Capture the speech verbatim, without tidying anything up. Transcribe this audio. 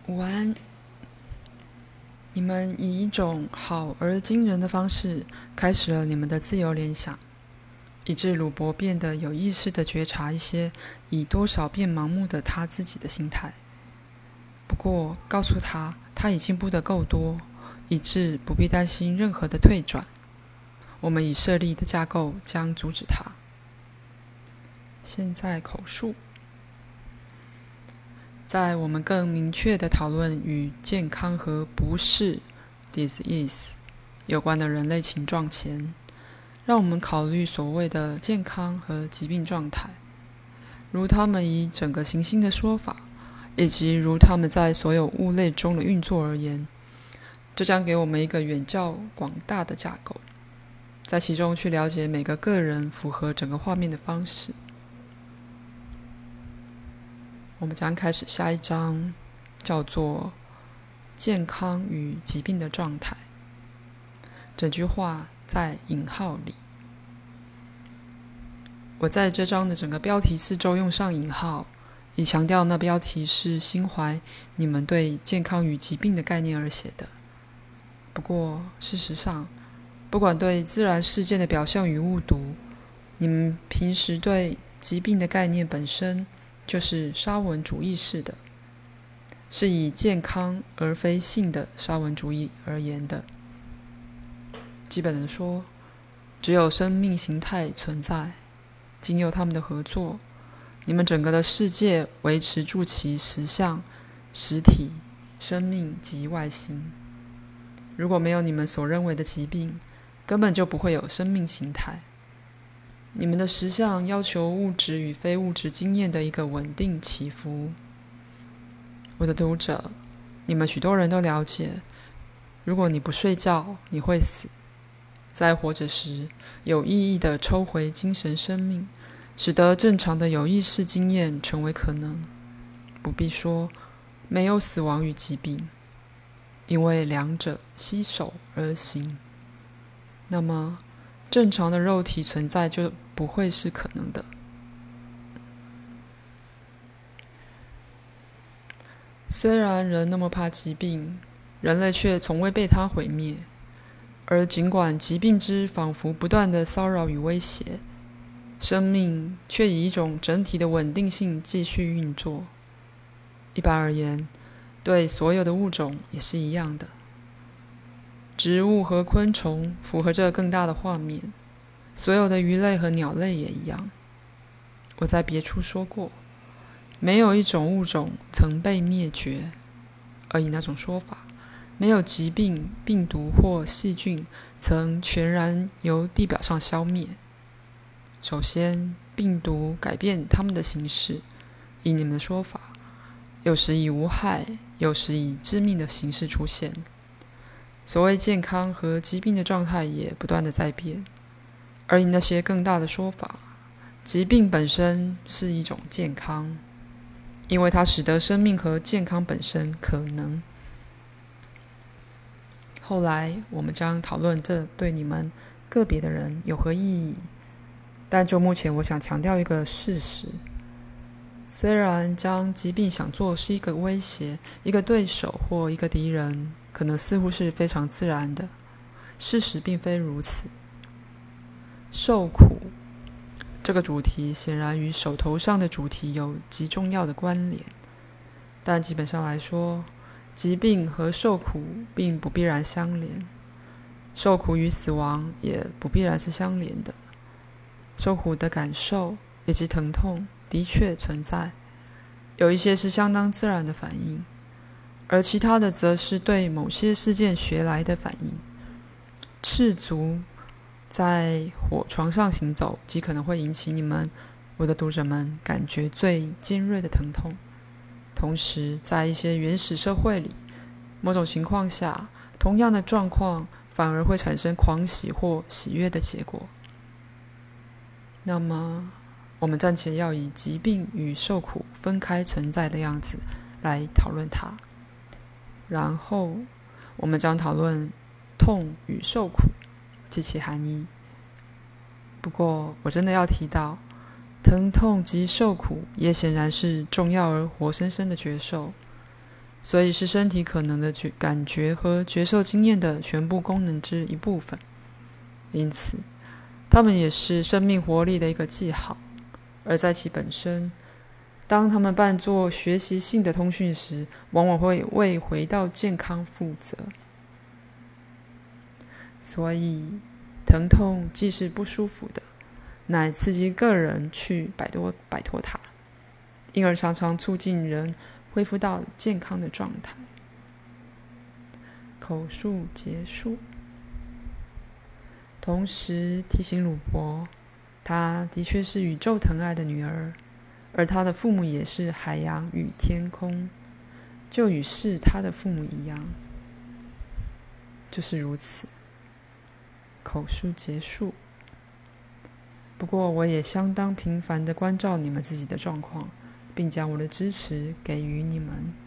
午安。你们以一种好而惊人的方式开始了你们的自由联想，以致鲁伯变得有意识地觉察一些以多少变盲目的他自己的心态。不过告诉他他已进步得够多，以致不必担心任何的退转。我们已设立的架构将阻止他。现在口述。在我们更明确地讨论与健康和不适 disease 有关的人类情状前，让我们考虑所谓的健康和疾病状态，如他们以整个行星的说法，以及如他们在所有物类中的运作而言。这将给我们一个远较广大的架构，在其中去了解每个个人符合整个画面的方式。我们将开始下一章，叫做健康与疾病的状态。整句话在引号里。我在这章的整个标题四周用上引号，以强调那标题是心怀你们对健康与疾病的概念而写的。不过事实上，不管对自然事件的表象与误读，你们平时对疾病的概念本身就是沙文主义式的，是以健康而非性的沙文主义而言的。基本地说，只有生命形态存在，经由他们的合作，你们整个的世界维持住其实相、实体、生命及外形。如果没有你们所认为的疾病，根本就不会有生命形态。你们的实相要求物质与非物质经验的一个稳定起伏。我的读者，你们许多人都了解，如果你不睡觉，你会死。在活着时，有意义地抽回精神生命，使得正常的有意识经验成为可能。不必说，没有死亡与疾病，因为两者携手而行。那么，正常的肉体存在就不会是可能的。虽然人那么怕疾病，人类却从未被它毁灭。而尽管疾病之仿佛不断的骚扰与威胁，生命却以一种整体的稳定性继续运作。一般而言，对所有的物种也是一样的。植物和昆虫符合这更大的画面，所有的鱼类和鸟类也一样。我在别处说过，没有一种物种曾被灭绝，而以那种说法，没有疾病、病毒或细菌曾全然由地表上消灭。首先，病毒改变它们的形式，以你们的说法，有时以无害，有时以致命的形式出现。所谓健康和疾病的状态也不断的在变，而以那些更大的说法，疾病本身是一种健康，因为它使得生命和健康本身可能。后来我们将讨论这对你们个别的人有何意义，但就目前我想强调一个事实：虽然将疾病想作是一个威胁、一个对手或一个敌人，可能似乎是非常自然的，事实并非如此。受苦这个主题显然与手头上的主题有极重要的关联，但基本上来说，疾病和受苦并不必然相连，受苦与死亡也不必然是相连的。受苦的感受以及疼痛的确存在，有一些是相当自然的反应，而其他的则是对某些事件学来的反应。赤足在火床上行走，极可能会引起你们，我的读者们，感觉最尖锐的疼痛。同时，在一些原始社会里，某种情况下，同样的状况反而会产生狂喜或喜悦的结果。那么，我们暂且要以疾病与受苦分开存在的样子来讨论它。然后，我们将讨论痛与受苦及其含义。不过，我真的要提到，疼痛及受苦也显然是重要而活生生的觉受。 所以是身体可能的觉感觉和觉受经验的全部功能之一部分。因此它们也是生命活力的一个记号，而在其本身，当它们扮作学习性的通讯时，往往会为回到健康负责。所以疼痛既是不舒服的，乃刺激个人去摆脱摆脱它，因而常常促进人恢复到健康的状态。口述结束。同时提醒鲁伯，她的确是宇宙疼爱的女儿，而她的父母也是海洋与天空，就与是她的父母一样。就是如此。口述结束。不过我也相当频繁地关照你们自己的状况，并将我的支持给予你们。